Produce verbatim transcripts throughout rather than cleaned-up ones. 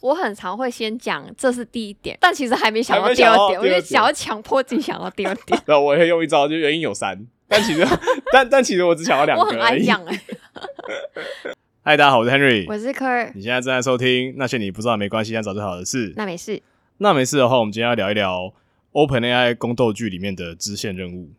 我很常会先讲这是第一点，但其实还没想到第二点，我就想要强迫自己想到第二点。 对，我会用一招，就原因有三，但其实但但其实我只想要两个而已。 我很爱讲哎。 嗨，大家好，我是 Henry， 我是科尔。 你现在正在收听那些你不知道没关系，但早就好的事。 那没事。 那没事的话，我们今天要聊一聊 OpenAI 宫斗剧里面的支线任务。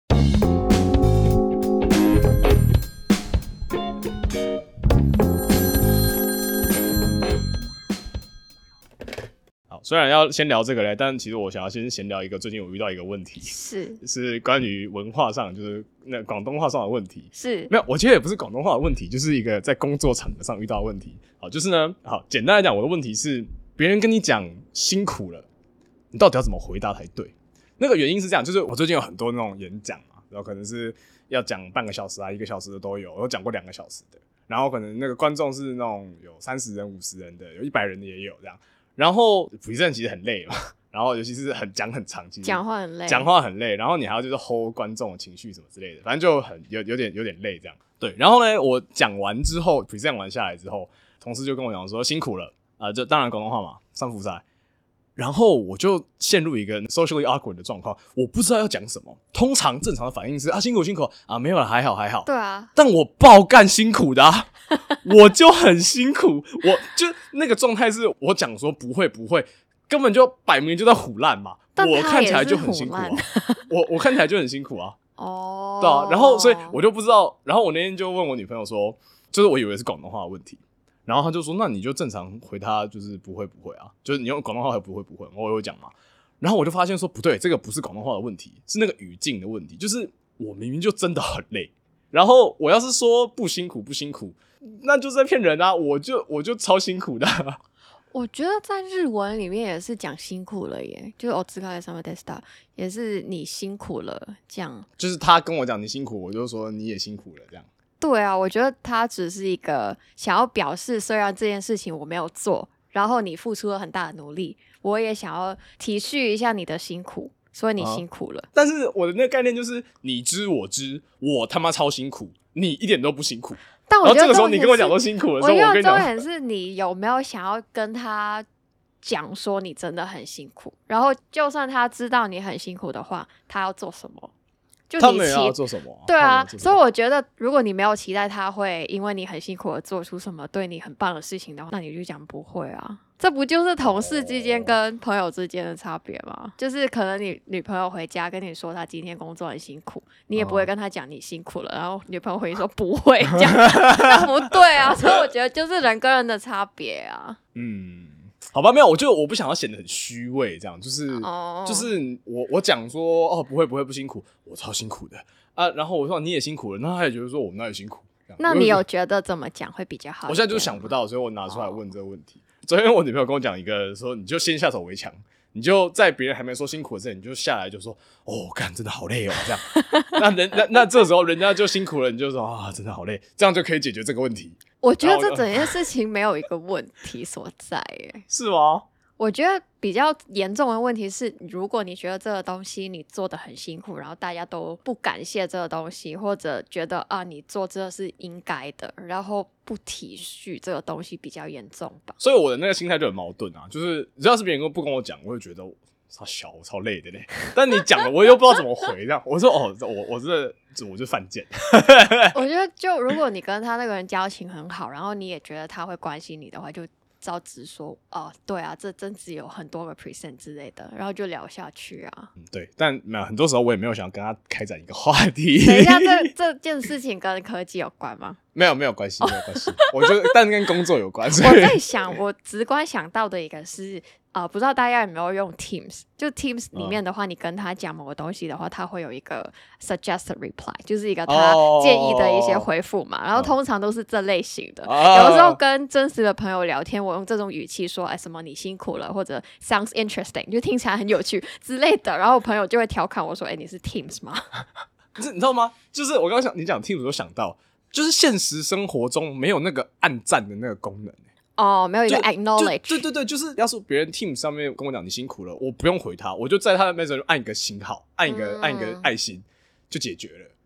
虽然要先聊这个嘞，但其实我想要先闲聊一个最近我遇到一个问题， 是是关于文化上，就是那广东话上的问题。 是没有，我觉得也不是广东话的问题，就是一个在工作场合上遇到的问题。好，就是呢，好，简单来讲，我的问题是别人跟你讲辛苦了，你到底要怎么回答才对？那个原因是这样，就是我最近有很多那种演讲嘛，然后可能是要讲半个小时啊、一个小时的都有，我有讲过两个小时的，然后可能那个观众是那种有三十人、五十人的，有一百人的也有这样。然后 present 其实很累嘛，然后尤其是很讲很长，其实讲话很累， 讲话很累，然后你还要就是 hold 观众的情绪什么之类的，反正就很有有点有点累这样。对，然后呢，我讲完之后 present 完下来之后，同事就跟我讲说辛苦了啊、呃，就当然广东话嘛，上福赛。然后我就陷入一个 socially awkward 的状况，我不知道要讲什么。通常正常的反应是啊辛苦辛苦啊，没有了，还好还好。 对啊， 但我爆干辛苦的啊，我就很辛苦，我就那个状态是我讲说不会不会，根本就摆明就在唬烂嘛。我看起来就很辛苦啊，我我看起来就很辛苦啊。 哦， 对啊，然后所以我就不知道，然后我那天就问我女朋友说，就是我以为是广东话的问题。然后他就说：“那你就正常回他，就是不会不会啊，就是你用广东话还不会不会，我有讲嘛。”然后我就发现说不对，这个不是广东话的问题，是那个语境的问题。就是我明明就真的很累，然后我要是说不辛苦不辛苦，那就是在骗人啊！我就我就超辛苦的、啊。 我觉得在日文里面也是讲辛苦了耶，就是お疲れ様でした，也是你辛苦了这样。 就是他跟我讲你辛苦，我就说你也辛苦了这样。 对啊，我觉得他只是一个想要表示，虽然这件事情我没有做，然后你付出了很大的努力，我也想要体恤一下你的辛苦，所以你辛苦了、啊。 但是我的那个概念就是你知我知，我他妈超辛苦，你一点都不辛苦。 但我觉得然后这个时候你跟我讲说辛苦的时候， 我觉得我跟你讲， 重点是你有没有想要跟他讲说你真的很辛苦，然后就算他知道你很辛苦的话，他要做什么？就你他们也要做什么、啊？ 对啊，所以我觉得，如果你没有期待他会因为你很辛苦而做出什么对你很棒的事情的话，那你就讲不会啊。这不就是同事之间跟朋友之间的差别吗？就是可能你女朋友回家跟你说她今天工作很辛苦，你也不会跟她讲你辛苦了，然后女朋友回说不会，这样那不对啊。所以我觉得就是人跟人的差别啊。 嗯。好吧，没有，我就我不想要显得很虚伪，这样就是、 oh. 就是我我讲说哦不会不会不辛苦，我超辛苦的啊，然后我说你也辛苦了，那他也觉得说我们那也辛苦， 那你有觉得怎么讲会比较好？ 我现在就是想不到，所以我拿出来问这个问题。Oh. 昨天我女朋友跟我讲一个说，你就先下手为强，你就在别人还没说辛苦的之前，你就下来就说哦，干真的好累哦，这样，那人那那这时候人家就辛苦了，你就说啊真的好累，这样就可以解决这个问题。 我觉得这整件事情没有一个问题所在耶。 是吗？ 我觉得比较严重的问题是，如果你觉得这个东西你做得很辛苦，然后大家都不感谢这个东西，或者觉得啊你做这是应该的，然后不体恤这个东西比较严重吧。 所以我的那个心态就很矛盾啊，就是只要是别人不跟我讲，我会觉得超小我超累的嘞。但你讲了，我又不知道怎么回，这样我说哦，我我这我就犯贱。 我觉得就如果你跟他那个人交情很好，然后你也觉得他会关心你的话，就照直说哦，对啊，这真只有很多个 percent 之类的，然后就聊下去啊。 嗯，对，但没有很多时候我也没有想跟他开展一个话题。 等一下，这这件事情跟科技有关吗？ 没有，没有关系，没有关系。我觉得，但跟工作有关。 我在想，我直观想到的一个是，呃，不知道大家有没有用 Teams？ 就 Teams 里面的话，嗯、你跟他讲某个东西的话，他会有一个 suggested reply， 就是一个他建议的一些回复嘛。哦、然后通常都是这类型的。哦、有的时候跟真实的朋友聊天，我用这种语气说，哎，什么你辛苦了，或者 sounds interesting， 就听起来很有趣之类的。然后我朋友就会调侃我说，哎，你是 Teams 吗？ 你知道吗？就是我刚刚想你讲 Teams， 我就想到。就是现实生活中没有那个按赞的那个功能哦，没有一个 acknowledge， 对对对，就是要是别人 Team 上面跟我讲你辛苦了，我不用回他，我就在他的 message 按一个星号，按一个、嗯、按一个爱心就解决了。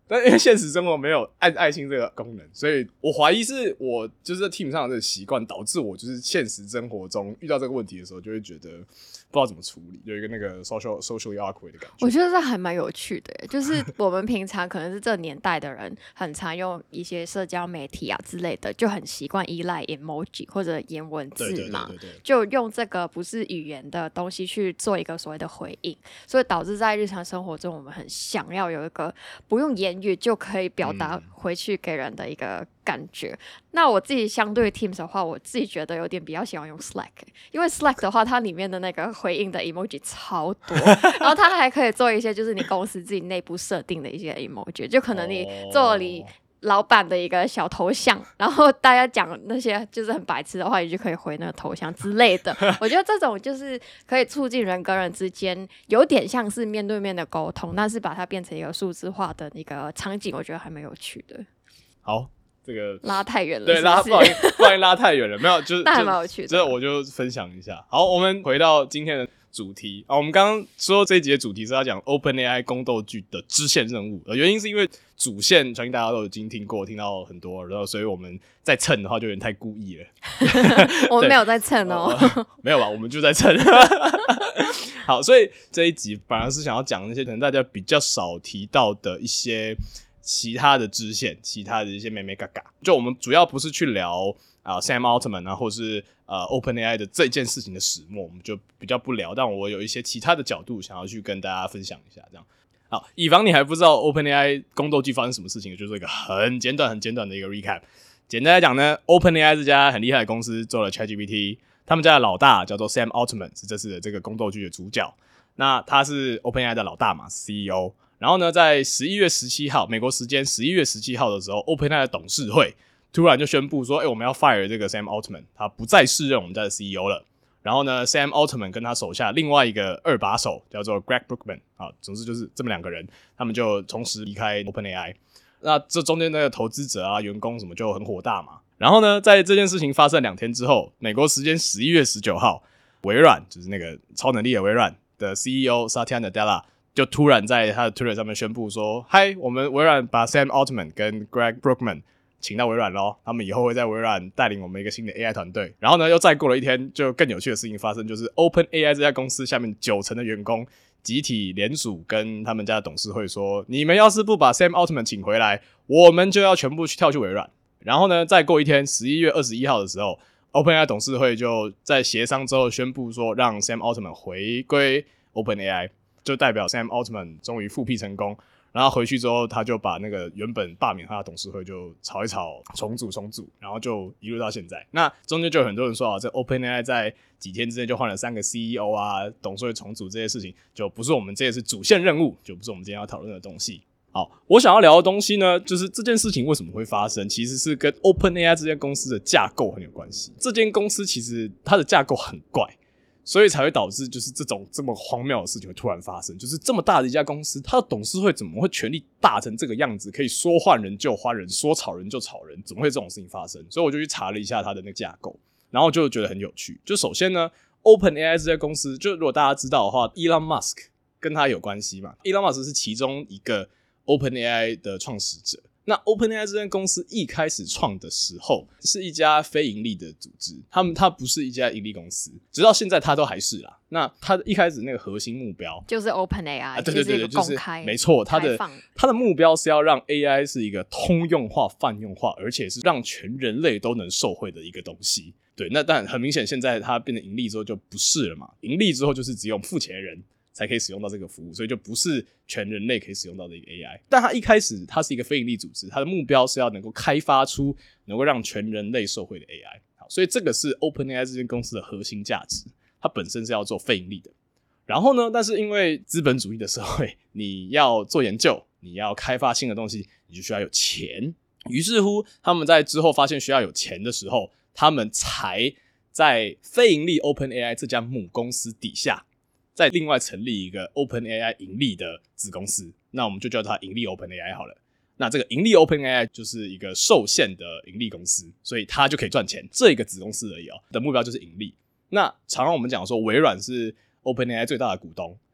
但因为现实生活没有按爱心这个功能，所以我怀疑是我就是在 team 上的这个习惯导致我就是现实生活中遇到这个问题的时候，就会觉得不知道怎么处理，有一个那个 social social awkward 的感觉。 我觉得这还蛮有趣的耶，就是我们平常可能是这个年代的人，很常用一些社交媒体啊之类的，就很习惯依赖 emoji 或者颜文字嘛， 对对对对对， 就用这个不是语言的东西去做一个所谓的回应，所以导致在日常生活中，我们很想要有一个不用言语就可以表达回去给人的一个感觉。嗯、那我自己相对 Teams 的话，我自己觉得有点比较喜欢用 Slack， 因为 Slack 的话，它里面的那个回应的 emoji 超多，然后它还可以做一些就是你公司自己内部设定的一些 emoji， 就可能你做了你老板的一个小头像，然后大家讲那些就是很白痴的话，你就可以回那个头像之类的。我觉得这种就是可以促进人跟人之间有点像是面对面的沟通，但是把它变成一个数字化的一个场景，我觉得还蛮有趣的。 好。这个拉太远了对， 是不是拉不好意思，不好意思拉太远了，没有，就是那还蛮有趣的。 这我就分享一下。好，我们回到今天的主题啊，我们刚刚说这一集的主题是要讲 OpenAI 宫斗剧的支线任务，呃，原因是因为主线相信大家都已经听过，听到很多，然后所以我们在蹭的话就有点太故意了。 我们没有在蹭哦、 呃，没有吧？我们就在蹭。好，所以这一集反而是想要讲那些可能大家比较少提到的一些其他的支线，其他的一些眉眉角角。就我们主要不是去聊啊、呃、Sam Altman 啊，或是呃 OpenAI 的这件事情的始末，我们就比较不聊。但我有一些其他的角度想要去跟大家分享一下，这样。好，以防你还不知道 OpenAI 宫斗剧发生什么事情，就做一个很简短、很简短的一个 recap。简单来讲呢 ，OpenAI 这家很厉害的公司做了 ChatGPT， 他们家的老大叫做 Sam Altman， 是这次的这个宫斗剧的主角。那他是 OpenAI 的老大嘛 ，C E O。然后呢，在十一月十七号，美国时间十一月十七号的时候 ，OpenAI 的董事会突然就宣布说：“哎、欸，我们要 fire 这个 Sam Altman， 他不再适任我们家的 C E O 了。”然后呢 ，Sam Altman 跟他手下另外一个二把手叫做 Greg Brookman， 啊，总之就是这么两个人，他们就同时离开 OpenAI。那这中间那个投资者啊、员工什么就很火大嘛。然后呢，在这件事情发生两天之后，美国时间十一月十九号，微软就是那个超能力的微软的 C E O Satya Nadella。就突然在他的 Twitter 上面宣布说：“嗨，我们微软把 Sam Altman 跟 Greg Brookman 请到微软咯，他们以后会在微软带领我们一个新的 A I 团队。”然后呢，又再过了一天，就更有趣的事情发生，就是 OpenAI 这家公司下面九成的员工集体联署跟他们家的董事会说：“你们要是不把 Sam Altman 请回来，我们就要全部去跳去微软。”然后呢，再过一天，十一月二十一号的时候 ，OpenAI 董事会就在协商之后宣布说，让 Sam Altman 回归 OpenAI。就代表 Sam Altman 终于复辟成功，然后回去之后，他就把那个原本罢免他的董事会就炒一炒，重组重组，然后就一路到现在。那中间就有很多人说啊，这 OpenAI 在几天之内就换了三个 C E O 啊，董事会重组这些事情，就不是我们这些是主线任务，就不是我们今天要讨论的东西。好，我想要聊的东西呢，就是这件事情为什么会发生，其实是跟 OpenAI 这间公司的架构很有关系。这间公司其实它的架构很怪。所以才会导致就是这种这么荒谬的事情会突然发生，就是这么大的一家公司，它的董事会怎么会权力大成这个样子，可以说换人就换人，说炒人就炒人，怎么会这种事情发生？所以我就去查了一下它的那个架构，然后就觉得很有趣。就首先呢 ，OpenAI 这家公司，就如果大家知道的话 ，Elon Musk 跟他有关系嘛 ，Elon Musk 是其中一个 OpenAI 的创始者。那 OpenAI 这间公司一开始创的时候是一家非盈利的组织，他们它不是一家盈利公司，直到现在它都还是啦。那它一开始那个核心目标就是 OpenAI，、 啊、对对对对， 就是公开， 没错，它的它的目标是要让 A I 是一个通用化、泛用化，而且是让全人类都能受惠的一个东西。对，那但很明显，现在它变成盈利之后就不是了嘛，盈利之后就是只有付钱的人才可以使用到这个服务，所以就不是全人类可以使用到的一个 A I。但它一开始它是一个非营利组织，它的目标是要能够开发出能够让全人类受惠的 A I。好，所以这个是 OpenAI 这间公司的核心价值，它本身是要做非盈利的。然后呢，但是因为资本主义的社会，你要做研究，你要开发新的东西，你就需要有钱。于是乎，他们在之后发现需要有钱的时候，他们才在非盈利 OpenAI 这家母公司底下再另外成立一个 OpenAI 盈利的子公司，那我们就叫它盈利 OpenAI 好了。那这个盈利 OpenAI 就是一个受限的盈利公司，所以它就可以赚钱，这一个子公司而已哦，的目标就是盈利。那常常我们讲说微软是 OpenAI 最大的股东，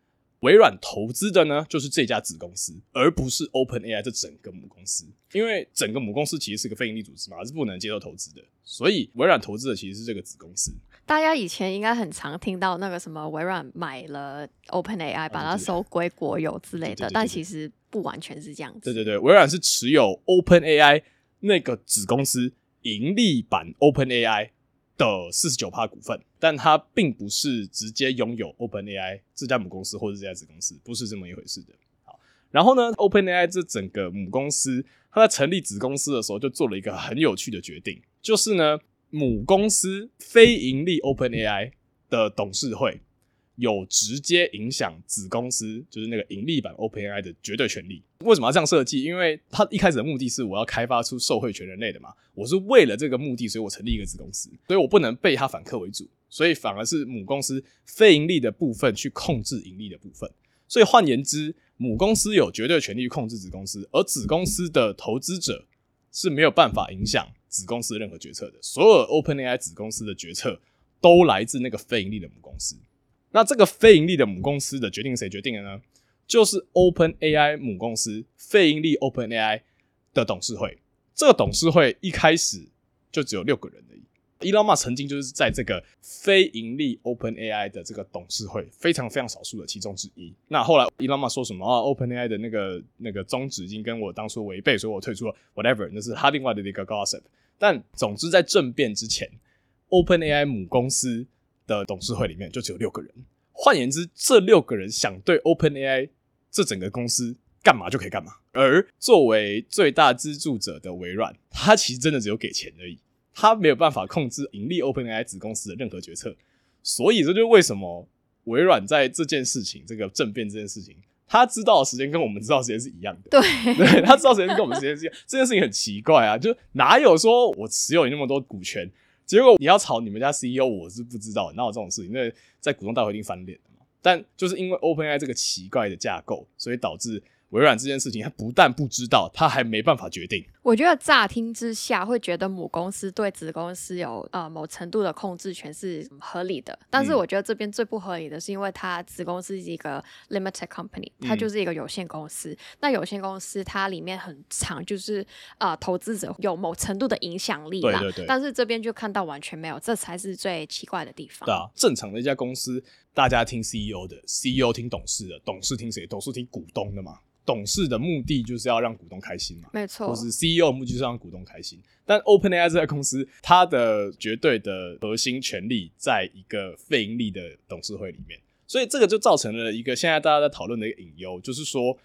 微软投资的呢就是这家子公司，而不是 OpenAI 这整个母公司，因为整个母公司其实是个非营利组织嘛，是不能接受投资的，所以微软投资的其实是这个子公司。 大家以前应该很常听到那个什么微软买了 OpenAI 把它收归国有之类的，对对对对对，但其实不完全是这样子。 对对对，微软是持有 OpenAI 那个子公司盈利版 OpenAI 的 百分之四十九 股份，但它并不是直接拥有 OpenAI 这家母公司或者这家子公司，不是这么一回事的。好，然后呢 OpenAI 这整个母公司它在成立子公司的时候就做了一个很有趣的决定，就是呢母公司非盈利 OpenAI 的董事会有直接影响子公司，就是那个盈利版 OpenAI 的绝对权利。为什么要这样设计？因为它一开始的目的是我要开发出受惠全人类的嘛，我是为了这个目的，所以我成立一个子公司，所以我不能被它反客为主，所以反而是母公司非盈利的部分去控制盈利的部分。所以换言之，母公司有绝对权利去控制子公司，而子公司的投资者是没有办法影响子公司的任何决策的，所有 OpenAI 子公司的决策都来自那个非盈利的母公司。那这个非盈利的母公司的决定谁决定的呢？就是 OpenAI 母公司非盈利 OpenAI 的董事会。这个董事会一开始就只有六个人而已。Elon Musk 曾经就是在这个非盈利 OpenAI 的这个董事会非常非常少数的其中之一。那后来 Elon Musk 说什么、啊、OpenAI 的那个那个宗旨已经跟我当初违背，所以我退出了 whatever， 那是他另外的一个 gossip。但总之在政变之前 OpenAI 母公司的董事会里面就只有六个人。换言之，这六个人想对 OpenAI 这整个公司干嘛就可以干嘛。而作为最大资助者的微软，他其实真的只有给钱而已，他没有办法控制盈利 OpenAI 子公司的任何决策。所以这就是为什么微软在这件事情，这个政变这件事情，他知道的时间跟我们知道的时间是一样的。 对， 对，他知道的时间跟我们时间是一样。这件事情很奇怪啊，就哪有说我持有你那么多股权，结果你要炒你们家 C E O， 我是不知道，哪有这种事情？那在股东大会一定翻脸的嘛。但就是因为 OpenAI 这个奇怪的架构，所以导致微软这件事情，他不但不知道，他还没办法决定。 我觉得乍听之下会觉得母公司对子公司有呃某程度的控制权是合理的，但是我觉得这边最不合理的是因为它子公司是一个 limited company， 它就是一个有限公司、嗯、那有限公司它里面很常就是呃投资者有某程度的影响力啦， 对对对， 但是这边就看到完全没有，这才是最奇怪的地方。 对啊，正常的一家公司大家听 C E O 的， C E O 听董事的，董事听谁？董事听股东的嘛。董事的目的就是要让股东开心嘛， 没错， 或是 C E O 的目的就是让股东开心。但 OpenAI 这家公司，它的绝对的核心权力在一个非盈利的董事会里面，所以这个就造成了一个现在大家在讨论的一个隐忧，就是说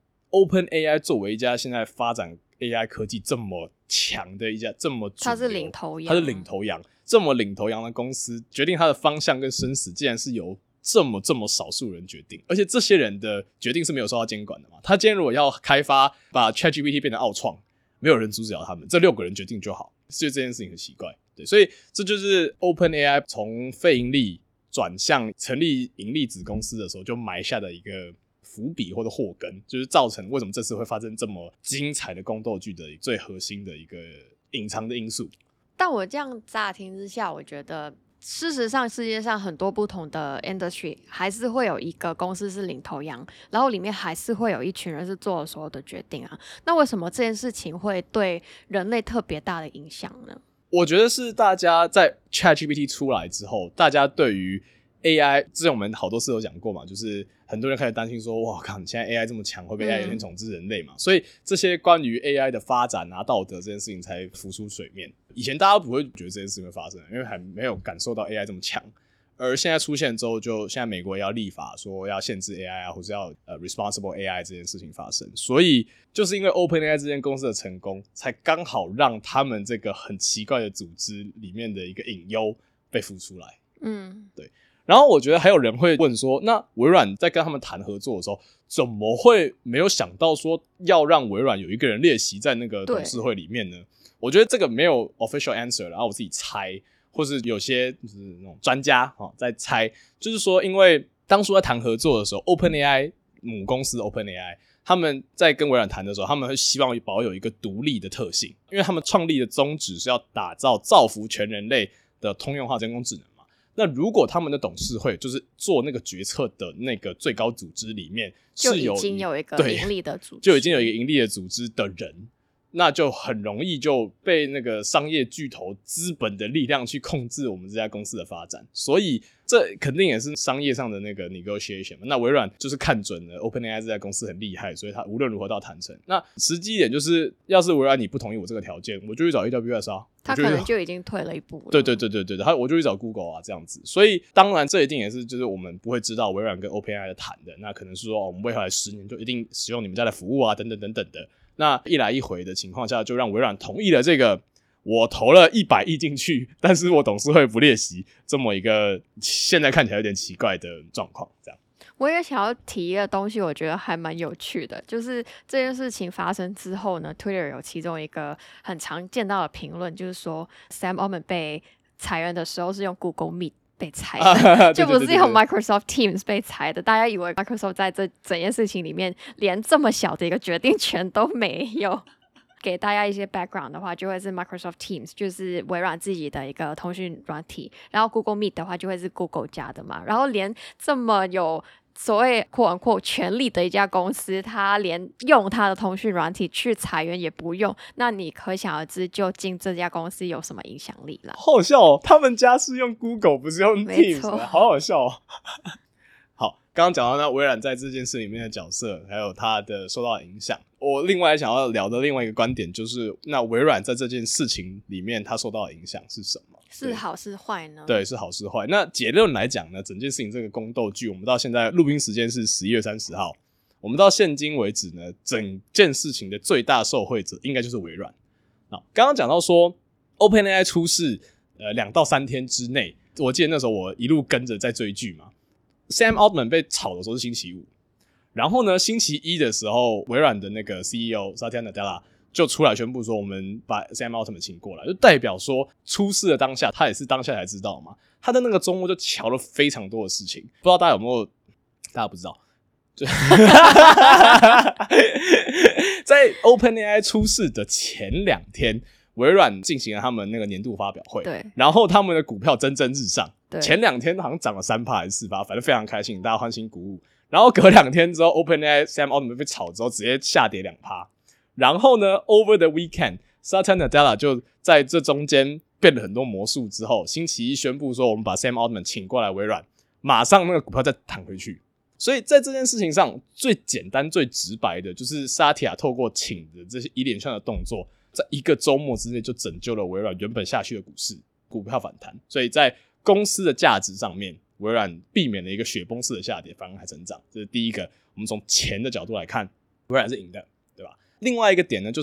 OpenAI 作为一家现在发展 A I 科技这么强的一家，这么主流， 它是领头羊， 它是领头羊，这么领头羊的公司，决定它的方向跟生死，竟然是由这么这么少数人决定，而且这些人的决定是没有受到监管的嘛？他今天如果要开发把 ChatGPT 变成奥创，没有人阻止了他们，这六个人决定就好，所以这件事情很奇怪。对，所以这就是 OpenAI 从非盈利转向成立盈利子公司的时候就埋下的一个伏笔或者祸根，就是造成为什么这次会发生这么精彩的宫斗剧的最核心的一个隐藏的因素。 但我这样乍听之下，我觉得事实上世界上很多不同的 industry 还是会有一个公司是领头羊，然后里面还是会有一群人是做了所有的决定啊。那为什么这件事情会对人类特别大的影响呢？ 我觉得是大家在 ChatGPT 出来之后，大家对于 A I， 之前我们好多次有讲过嘛，就是很多人开始担心说，哇靠，你现在 A I 这么强，会不会 A I 有天统治人类嘛、嗯？所以这些关于 A I 的发展啊、道德这件事情才浮出水面。以前大家不会觉得这件事情会发生，因为还没有感受到 A I 这么强。而现在出现之后，就现在美国也要立法说要限制 A I 啊，或者要呃 responsible A I 这件事情发生。所以就是因为 OpenAI 这间公司的成功，才刚好让他们这个很奇怪的组织里面的一个隐忧被浮出来。嗯，对。然后我觉得还有人会问说，那微软在跟他们谈合作的时候，怎么会没有想到说要让微软有一个人列席在那个董事会里面呢？我觉得这个没有 official answer， 然后我自己猜，或是有些就是那种专家、哦、在猜，就是说因为当初在谈合作的时候 OpenAI 母公司 OpenAI 他们在跟微软谈的时候，他们会希望保有一个独立的特性，因为他们创立的宗旨是要打造造福全人类的通用化人工智能嘛。 那如果他们的董事会就是做那个决策的那个最高组织里面是有就已经有一个盈利的组织， 就已经有一个盈利的组织的人，那就很容易就被那个商业巨头资本的力量去控制我们这家公司的发展，所以这肯定也是商业上的那个 negotiation 嘛。那微软就是看准了 OpenAI 这家公司很厉害，所以他无论如何都要谈成。那实际一点就是，要是微软你不同意我这个条件，我就去找 A W S 啊， 他可能就已经退了一步了。 对对对对对，他我就去找 Google 啊这样子。所以当然这一定也是就是我们不会知道微软跟 OpenAI 的谈的，那可能是说、哦、我们未来十年就一定使用你们家的服务啊等等等等的。那一来一回的情况下，就让微软同意了这个我投了一百亿进去，但是我董事会不列席这么一个现在看起来有点奇怪的状况。这样， 我也想要提一个东西，我觉得还蛮有趣的，就是这件事情发生之后呢 ，Twitter 有其中一个很常见到的评论，就是说 Sam Altman 被裁员的时候是用 Google Meet。被裁的、啊、就不是用 Microsoft Teams 被裁的，大家以为 Microsoft 在这整件事情里面连这么小的一个决定权都没有。给大家一些 background 的话，就会是 Microsoft Teams， 就是微软自己的一个通讯软体，然后 Google Meet 的话就会是 Google 家的嘛，然后连这么有所谓 quote unquote 权力的一家公司，他连用他的通讯软体去裁员也不用，那你可想而知究竟这家公司有什么影响力了。 好好笑哦，他们家是用 Google 不是用 Teams， 好好笑哦。好，刚刚讲到那微软在这件事里面的角色，还有它的受到的影响。我另外想要聊的另外一个观点就是，那微软在这件事情里面它受到的影响是什么？ 是好是坏呢？ 对，是好是坏。那结论来讲呢，整件事情这个宫斗剧，我们到现在录音时间是十一月三十号，我们到现今为止呢，整件事情的最大受惠者应该就是微软。啊，刚刚讲到说 OpenAI 出事，呃，两到三天之内，我记得那时候我一路跟着在追剧嘛。Sam Altman 被炒的时候是星期五，然后呢，星期一的时候，微软的那个 C E O Satya Nadella 就出来宣布说，我们把 Sam Altman 请过来，就代表说出事的当下，他也是当下才知道嘛。他的那个周末就瞧了非常多的事情，不知道大家有没有？大家不知道。在 OpenAI 出事的前两天，微软进行了他们那个年度发表会， 对， 然后他们的股票蒸蒸日上， 对， 前两天好像涨了 百分之三 还是 百分之四， 反正非常开心，大家欢欣鼓舞。然后隔两天之后 ，OpenAI Sam Altman 被炒之后，直接下跌 百分之二。然后呢 ，Over the weekend， Satya Nadella 就在这中间变了很多魔术之后，星期一宣布说，我们把 Sam Altman 请过来微软，马上那个股票再弹回去。所以在这件事情上，最简单、最直白的，就是 Satya 透过请的这些一连串的动作，在一个周末之内就拯救了微软原本下去的股市，股票反弹。所以在公司的价值上面，微软避免了一个雪崩式的下跌，反而还成长。这是第一个，我们从钱的角度来看，微软是赢的，对吧？另外一个点呢，就是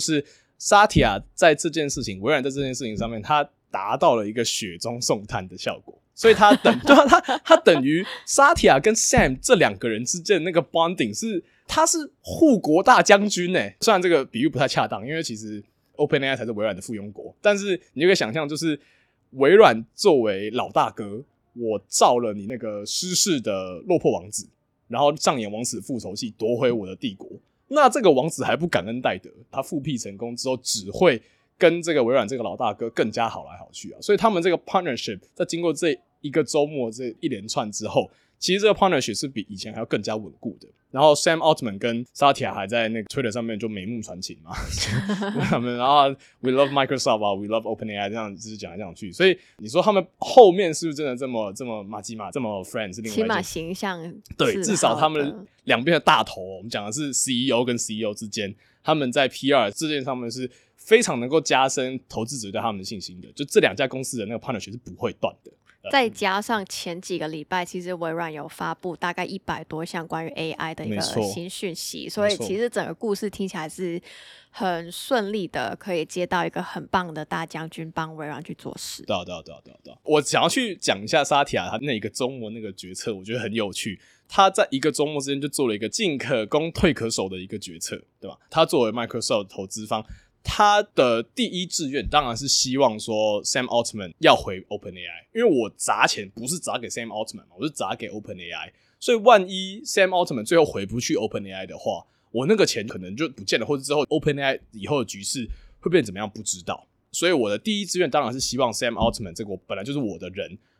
Satya 在这件事情，微软在这件事情上面，他达到了一个雪中送炭的效果。所以他等对啊，他他等于 Satya 跟 Sam 这两个人之间的那个 bonding 是，他是护国大将军诶。虽然这个比喻不太恰当，因为其实 OpenAI 才是微软的附庸国，但是你就可以想象，就是微软作为老大哥，我造了你那个失势的落魄王子，然后上演王子复仇记，夺回我的帝国。那这个王子还不感恩戴德，他复辟成功之后，只会跟这个微软这个老大哥更加好来好去啊，所以他们这个 partnership 在经过这一个周末这一连串之后，其实这个 partnership 是比以前还要更加稳固的。然后 Sam Altman 跟 Satya 还在那个 Twitter 上面就眉目传情嘛，他们然后 We love Microsoft 啊 ，We love OpenAI 这样就是讲来讲去，所以你说他们后面是不是真的这么这么马基马这么 friend 是另外一件， 起码形象对，至少他们两边的大头，我们讲的是 C E O 跟 C E O 之间，他们在 P R 这件上面是非常能够加深投资者对他们的信心的，就这两家公司的那个 partnership 是不会断的。 再加上前几个礼拜，其实微软有发布大概一百多项关于 A I 的一个新讯息，所以其实整个故事听起来是很顺利的，可以接到一个很棒的大将军帮微软去做事。 对啊对啊对啊对啊对啊！我想要去讲一下沙提亚他那一个周末那个决策，我觉得很有趣。他在一个周末之间就做了一个进可攻退可守的一个决策，对吧？他作为 Microsoft 投资方，他的第一志愿当然是希望说 Sam Altman 要回 OpenAI， 因为我砸钱不是砸给 Sam Altman 嘛，我是砸给 OpenAI， 所以万一 Sam Altman 最后回不去 OpenAI 的话，我那个钱可能就不见了，或者之后 OpenAI 以后的局势会变怎么样不知道。所以我的第一志愿当然是希望 Sam Altman 这个本来就是我的人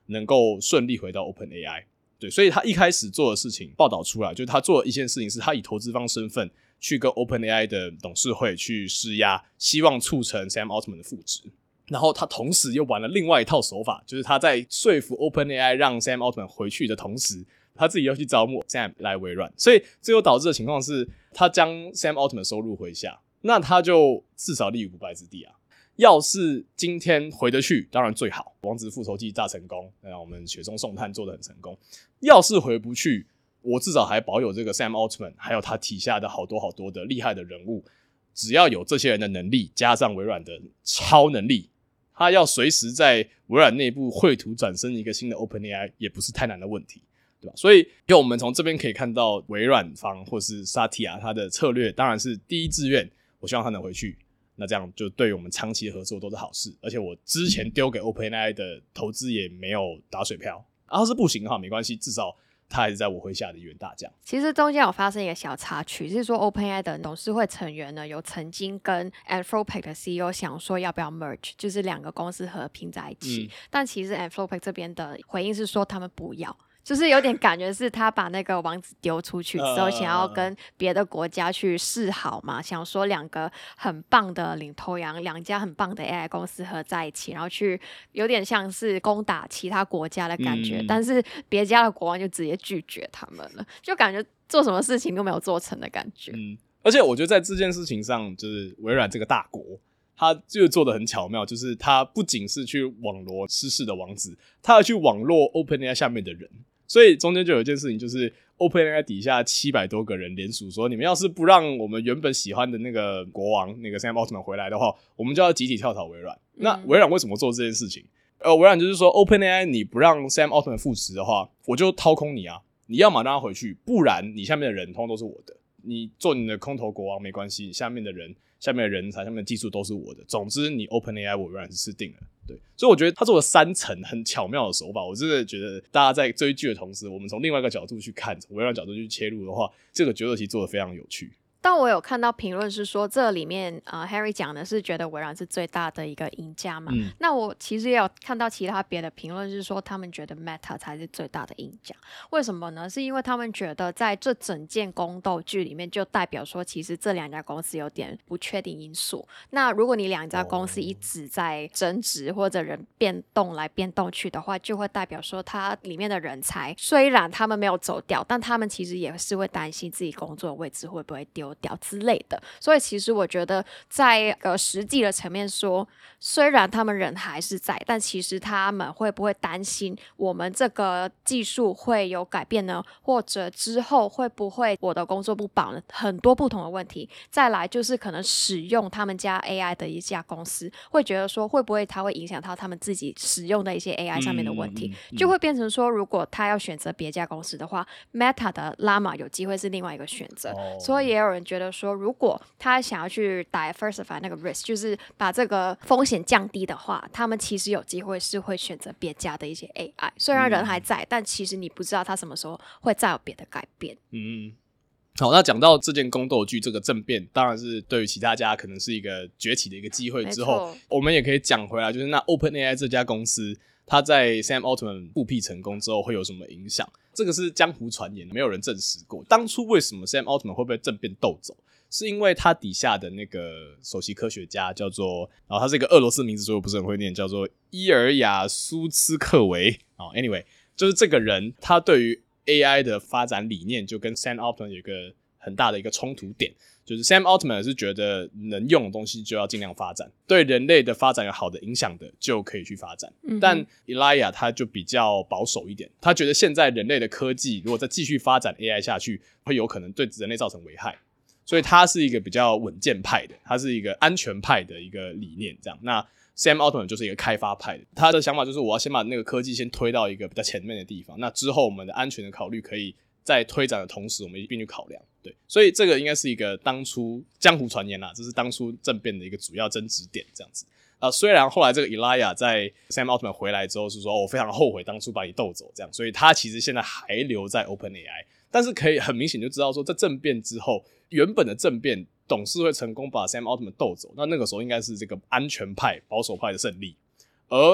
能够顺利回到 OpenAI。对，所以他一开始做的事情报道出来，就是他做的一件事情是他以投资方身份去跟 OpenAI 的董事会去施压，希望促成 Sam Altman 的复职。然后他同时又玩了另外一套手法，就是他在说服 OpenAI 让 Sam Altman 回去的同时，他自己又去招募 Sam 来微软，所以最后导致的情况是他将 Sam Altman 收入麾下，那他就至少立于不败之地啊。要是今天回得去当然最好，王子复仇记大成功，那我们雪中送炭做得很成功。要是回不去，我至少还保有这个 Sam Altman 还有他旗下的好多好多的厉害的人物，只要有这些人的能力加上微软的超能力，他要随时在微软内部绘图转身一个新的 OpenAI 也不是太难的问题，对吧？所以就我们从这边可以看到微软方或是 Satya 他的策略当然是第一志愿，我希望他能回去，那这样就对于我们长期的合作都是好事，而且我之前丢给 OpenAI 的投资也没有打水漂，要是不行的话没关系，至少他还是在我麾下的一员大将。 其实中间有发生一个小插曲，是说 OpenAI 的董事会成员呢，有曾经跟 Anthropic 的 C E O 想说要不要 merge， 就是两个公司合并在一起，嗯、但其实 Anthropic 这边的回应是说他们不要。就是有点感觉是他把那个王子丢出去之后，想要跟别的国家去示好嘛，想说两个很棒的领头羊，两家很棒的 A I 公司合在一起，然后去有点像是攻打其他国家的感觉，嗯、但是别家的国王就直接拒绝他们了，就感觉做什么事情都没有做成的感觉。 嗯，而且我觉得在这件事情上，就是微软这个大国，他就做得很巧妙，就是他不仅是去网罗失势的王子，他要去网络 OpenAI 下面的人。所以中间就有一件事情，就是 OpenAI 底下七百多个人联署说，你们要是不让我们原本喜欢的那个国王那个 Sam Altman 回来的话，我们就要集体跳槽微软。嗯、那微软为什么做这件事情？呃，微软就是说 OpenAI 你不让 Sam Altman 复职的话，我就掏空你啊！你要么让他回去，不然你下面的人通通都是我的。你做你的空头国王没关系，下面的人、下面的人才、下面的技术都是我的。总之，你 OpenAI 我微软是吃定了。对，所以我觉得他做了三层很巧妙的手法，我真的觉得大家在追剧的同时，我们从另外一个角度去看，从微软角度去切入的话，这个决策其实做得非常有趣。 但我有看到评论是说，这里面呃 Harry 讲的是觉得微软是最大的一个赢家嘛、嗯、那我其实也有看到其他别的评论是说他们觉得 Meta 才是最大的赢家。为什么呢？是因为他们觉得在这整件宫斗剧里面，就代表说其实这两家公司有点不确定因素。那如果你两家公司一直在争执或者人变动来变动去的话，就会代表说它里面的人才虽然他们没有走掉，但他们其实也是会担心自己工作的位置会不会丢掉之类的。所以其实我觉得在呃实际的层面说，虽然他们人还是在，但其实他们会不会担心我们这个技术会有改变呢？或者之后会不会我的工作不保呢？很多不同的问题。再来就是可能使用他们家 A I 的一家公司会觉得说，会不会它会影响到他们自己使用的一些 A I 上面的问题、嗯嗯、就会变成说，如果他要选择别家公司的话， Meta 的 Llama 有机会是另外一个选择、哦、所以也有人觉得说，如果他想要去 diversify 那个 risk， 就是把这个风险降低的话，他们其实有机会是会选择别家的一些 A I， 虽然人还在、嗯、但其实你不知道他什么时候会再有别的改变。 嗯，好，那讲到这件宫斗剧这个政变，当然是对于其他家可能是一个崛起的一个机会之后，我们也可以讲回来，就是那 OpenAI 这家公司它在 Sam Altman 复辟成功之后会有什么影响，这个是江湖传言，没有人证实过。当初为什么 Sam Altman 会被政变斗走，是因为他底下的那个首席科学家叫做，然后他是一个俄罗斯名字，所以我不是很会念，叫做伊尔雅苏茨克维。Anyway， 就是这个人他对于 A I 的发展理念就跟 Sam Altman 有一个很大的一个冲突点，就是 Sam Altman 是觉得能用的东西就要尽量发展，对人类的发展有好的影响的就可以去发展、嗯、但 Ilya 他就比较保守一点，他觉得现在人类的科技如果再继续发展 A I 下去，会有可能对人类造成危害，所以他是一个比较稳健派的，他是一个安全派的一个理念这样。那 Sam Altman 就是一个开发派的，他的想法就是我要先把那个科技先推到一个比较前面的地方，那之后我们的安全的考虑可以在推展的同时我们一并去考量。对，所以这个应该是一个当初江湖传言啦，这是当初政变的一个主要争执点这样子。呃，虽然后来这个 Ilya 在 Sam Altman 回来之后是说、哦、我非常后悔当初把你斗走这样，所以他其实现在还留在 OpenAI， 但是可以很明显就知道说在政变之后，原本的政变董事会成功把 Sam Altman 斗走，那那个时候应该是这个安全派保守派的胜利，而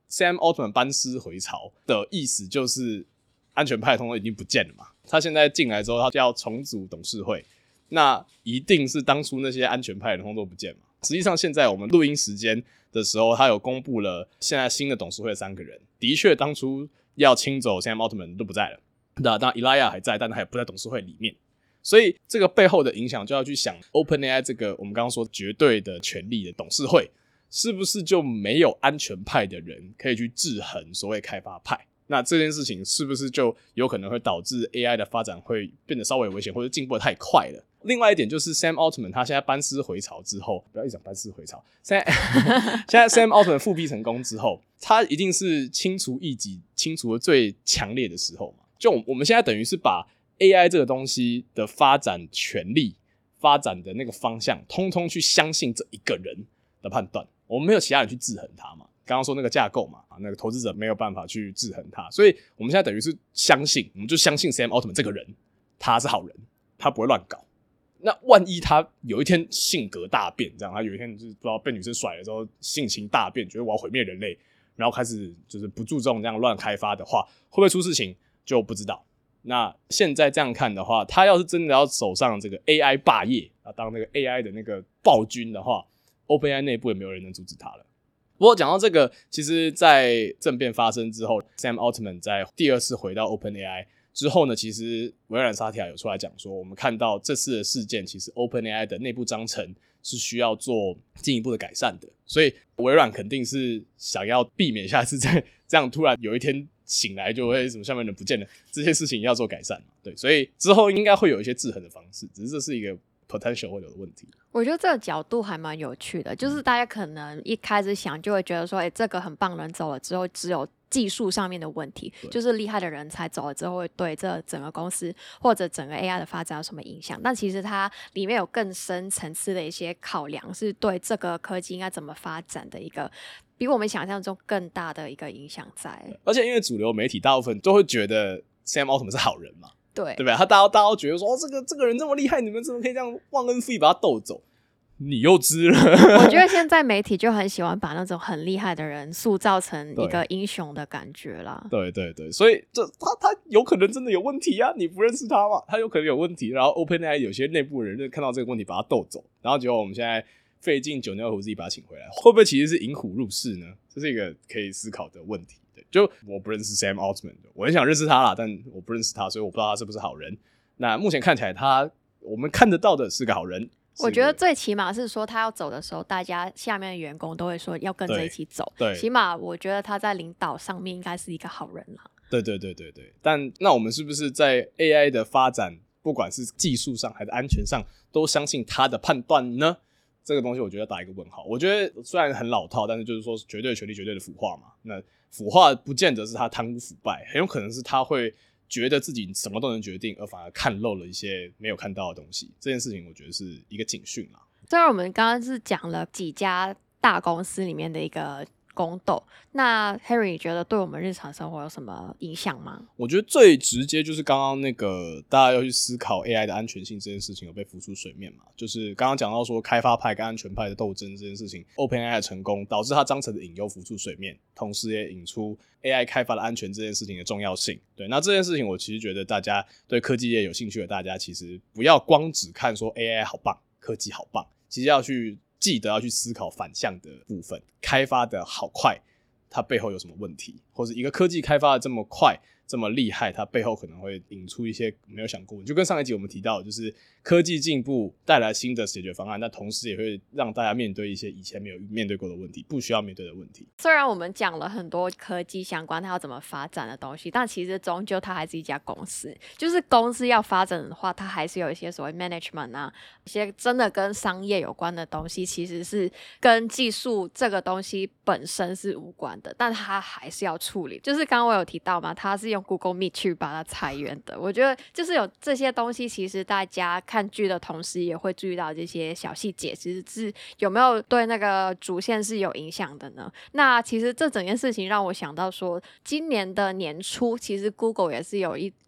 Sam Altman 班师回朝的意思就是安全派通通已经不见了嘛，他现在进来之后他就要重组董事会，那一定是当初那些安全派的通通都不见嘛。实际上现在我们录音时间的时候，他有公布了现在新的董事会的三个人，的确当初要清走 Sam Altman 都不在了，那当然 Ilya 还在，但他也不在董事会里面，所以这个背后的影响就要去想 OpenAI 这个我们刚刚说绝对的权力的董事会是不是就没有安全派的人可以去制衡所谓开发派，那这件事情是不是就有可能会导致 A I 的发展会变得稍微危险，或者进步得太快了。另外一点就是 Sam Altman 他现在班师回朝之后，不要一讲班师回朝，现在现在 Sam Altman 复辟成功之后，他一定是清除异己清除的最强烈的时候嘛。就我们现在等于是把 A I 这个东西的发展权利发展的那个方向通通去相信这一个人的判断，我们没有其他人去制衡他嘛，刚刚说那个架构嘛，那个投资者没有办法去制衡他，所以我们现在等于是相信，我们就相信 Sam Altman 这个人他是好人，他不会乱搞。那万一他有一天性格大变，这样他有一天就是不知道被女生甩了之后性情大变，觉得我要毁灭人类，然后开始就是不注重这样乱开发的话，会不会出事情就不知道。那现在这样看的话，他要是真的要走上这个 A I 霸业啊，当那个 A I 的那个暴君的话， OpenAI 内部也没有人能阻止他了。不过讲到这个，其实在政变发生之后， Sam Altman 在第二次回到 OpenAI 之后呢，其实微软沙提亚有出来讲说，我们看到这次的事件，其实 OpenAI 的内部章程是需要做进一步的改善的，所以微软肯定是想要避免下次再这样突然有一天醒来就会什么下面人不见了，这些事情要做改善嘛，对，所以之后应该会有一些制衡的方式，只是这是一个 potential 会有的问题。 我觉得这个角度还蛮有趣的，就是大家可能一开始想就会觉得说，哎，这个很棒人走了之后，只有技术上面的问题，就是厉害的人才走了之后会对这整个公司或者整个 A I 的发展有什么影响，但其实它里面有更深层次的一些考量，是对这个科技应该怎么发展的一个比我们想象中更大的一个影响在。 而且因为主流媒体大部分都会觉得 Sam Altman 是好人嘛， 对对不对？他大家大家都觉得说，哦，这个这个人这么厉害，你们怎么可以这样忘恩负义把他斗走？你又知了。 我觉得现在媒体就很喜欢把那种很厉害的人塑造成一个英雄的感觉啦。 对对对，所以这他他有可能真的有问题啊！你不认识他嘛？他有可能有问题。然后 OpenAI 有些内部人就看到这个问题，把他斗走，然后结果我们现在费尽九牛二虎自己把他请回来，会不会其实是引虎入室呢？这是一个可以思考的问题。对，就我不认识 Sam Altman， 我很想认识他啦，但我不认识他，所以我不知道他是不是好人。那目前看起来他，我们看得到的是个好人。 我觉得最起码是说他要走的时候，大家下面的员工都会说要跟着一起走。 对， 起码我觉得他在领导上面应该是一个好人啦。 对对对对对，但那我们是不是在 A I 的发展，不管是技术上还是安全上，都相信他的判断呢？这个东西我觉得要打一个问号。我觉得虽然很老套，但是就是说绝对权力绝对的腐化嘛。那腐化不见得是他贪污腐败，很有可能是他会觉得自己什么都能决定，而反而看漏了一些没有看到的东西。这件事情我觉得是一个警讯啦。 虽然我们刚刚是讲了几家大公司里面的一个宫斗，那 Harry 你觉得对我们日常生活有什么影响吗？ 我觉得最直接就是刚刚那个大家要去思考 A I 的安全性这件事情有被浮出水面嘛，就是刚刚讲到说开发派跟安全派的斗争这件事情， OpenAI 的成功导致它章程的隐忧浮出水面，同时也引出 A I 开发的安全这件事情的重要性。对，那这件事情我其实觉得大家对科技业有兴趣的大家其实不要光只看说 A I 好棒，科技好棒，其实要去记得要去思考反向的部分，开发的好快它背后有什么问题，或者一个科技开发的这么快这么厉害，它背后可能会引出一些没有想过，就跟上一集我们提到的，就是科技进步带来新的解决方案，但同时也会让大家面对一些以前没有面对过的问题，不需要面对的问题。 虽然我们讲了很多科技相关它要怎么发展的东西，但其实终究它还是一家公司，就是公司要发展的话，它还是有一些所谓 management 啊，一些真的跟商业有关的东西，其实是跟技术这个东西本身是无关的，但它还是要处理。就是刚刚我有提到嘛，它是用 Google Meet 去把它裁员的，我觉得就是有这些东西，其实大家看剧的同时也会注意到这些小细节，其实是有没有对那个主线是有影响的呢？那其实这整件事情让我想到说，今年的年初其实 Google 也是有一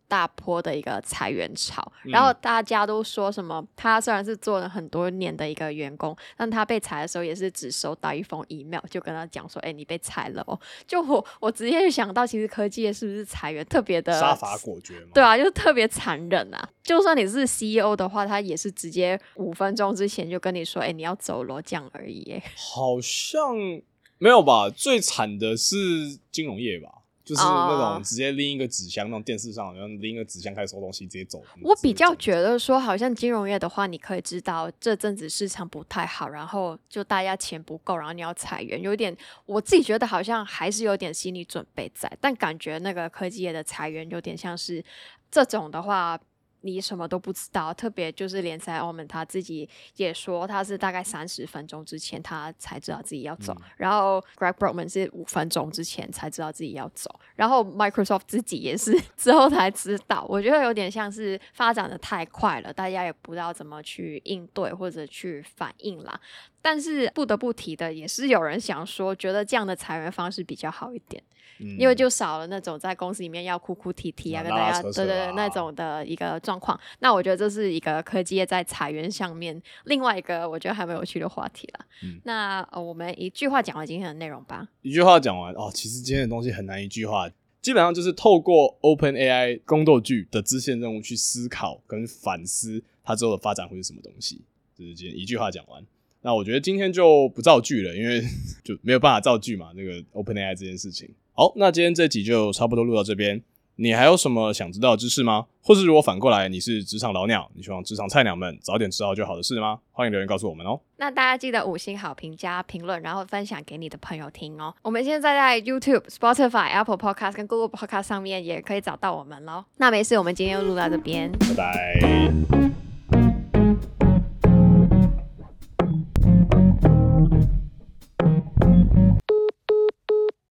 大波的一个裁员潮，然后大家都说什么他虽然是做了很多年的一个员工，但他被裁的时候也是只收到一封 email 就跟他讲说哎、欸，你被裁了哦。就我我直接就想到其实科技业是不是裁员特别的杀伐果决嘛？ 对啊，就是特别残忍啊。就算你是 C E O 的话，他也是直接五分钟之前就跟你说哎、欸，你要走了这样而已耶。 好像没有吧，最惨的是金融业吧，就是那种直接拎一个纸箱，那种电视上然后拎一个纸箱开始收东西直接走。 我比较觉得说好像金融业的话你可以知道这阵子市场不太好，然后就大家钱不够，然后你要裁员，有点我自己觉得好像还是有点心理准备在，但感觉那个科技业的裁员有点像是这种的话你什么都不知道，特别就是连 Sam Altman 他自己也说他是大概三十分钟之前他才知道自己要走、嗯、然后 Greg Brockman 是五分钟之前才知道自己要走，然后 Microsoft 自己也是之后才知道。我觉得有点像是发展的太快了，大家也不知道怎么去应对或者去反应啦。但是不得不提的也是有人想说觉得这样的裁员方式比较好一点、嗯、因为就少了那种在公司里面要哭哭啼啼啊、嗯、跟大家对对对那种的一个状况。那我觉得这是一个科技业在裁员上面另外一个我觉得还蛮有趣的话题啦、嗯、那、呃、我们一句话讲完今天的内容吧。 一句话讲完哦，其实今天的东西很难一句话，基本上就是透过 OpenAI 宫斗剧的支线任务去思考跟反思它之后的发展会是什么东西，就是今天一句话讲完。那我觉得今天就不造句了，因为就没有办法造句嘛，那个 OpenAI 这件事情。好，那今天这集就差不多录到这边。你还有什么想知道的知识吗？或是如果反过来你是职场老鸟，你希望职场菜鸟们早点知道就好的事吗？欢迎留言告诉我们哦。 那大家记得五星好评加评论，然后分享给你的朋友听哦。我们现在在 YouTube、Spotify、Apple Podcast 跟 Google Podcast 上面也可以找到我们咯。那没事，我们今天就录到这边， 拜拜。